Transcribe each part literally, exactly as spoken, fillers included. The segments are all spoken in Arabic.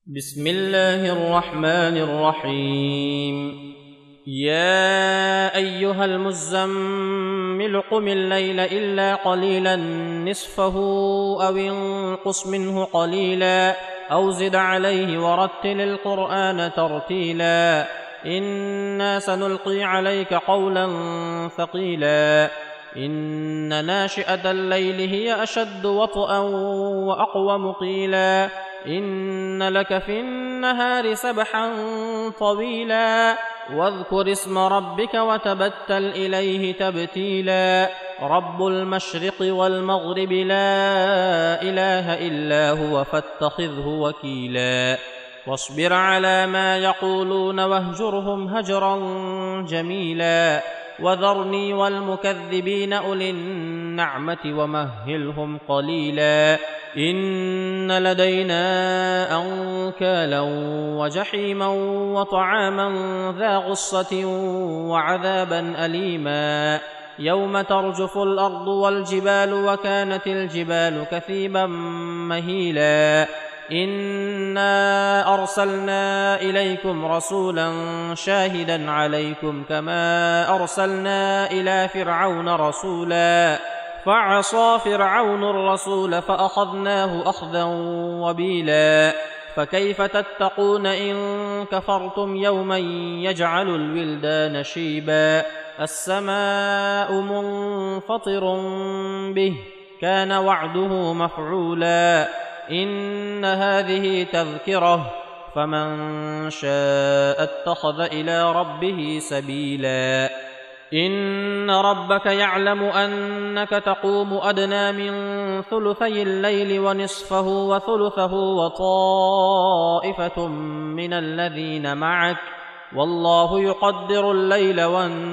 بسم الله الرحمن الرحيم. يا أيها المزمل قم الليل إلا قليلا نصفه أو انقص منه قليلا أو زد عليه ورتل القرآن ترتيلا إنا سنلقي عليك قولا ثقيلا إن ناشئة الليل هي أشد وطئا وأقوم قيلا إن لك في النهار سبحا طويلا واذكر اسم ربك وتبتل إليه تبتيلا رب المشرق والمغرب لا إله إلا هو فاتخذه وكيلا واصبر على ما يقولون واهجرهم هجرا جميلا وذرني والمكذبين أولي النعمة ومهلهم قليلا إن لدينا أنكالا وجحيما وطعاما ذا غصة وعذابا أليما يوم ترجف الأرض والجبال وكانت الجبال كثيبا مهيلا إنا أرسلنا إليكم رسولا شاهدا عليكم كما أرسلنا إلى فرعون رسولا فعصى فرعون الرسول فأخذناه أخذا وبيلا فكيف تتقون إن كفرتم يوما يجعل الولدان شيبا السماء منفطر به كان وعده مفعولا إن هذه تذكرة فمن شاء اتخذ إلى ربه سبيلا إن ربك يعلم أنك تقوم أدنى من ثلثي الليل ونصفه وثلثه وطائفة من الذين معك والله يقدر الليل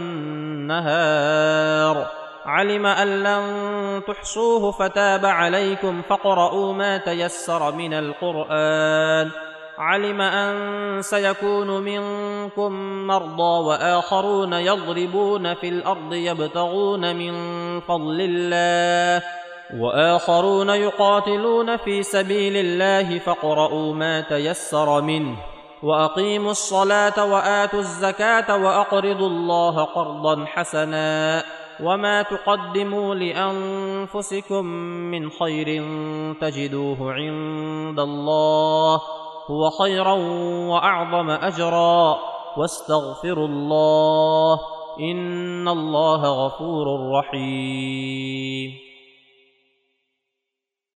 والنهار علم أن لن تحصوه فتاب عليكم فاقرؤوا ما تيسر من القرآن علم أن سيكون منكم مرضى وآخرون يضربون في الأرض يبتغون من فضل الله وآخرون يقاتلون في سبيل الله فاقرؤوا ما تيسر منه وأقيموا الصلاة وآتوا الزكاة وأقرضوا الله قرضا حسنا وما تقدموا لأنفسكم من خير تجدوه عند الله هو خيرا وأعظم أجرا واستغفروا الله إن الله غفور رحيم.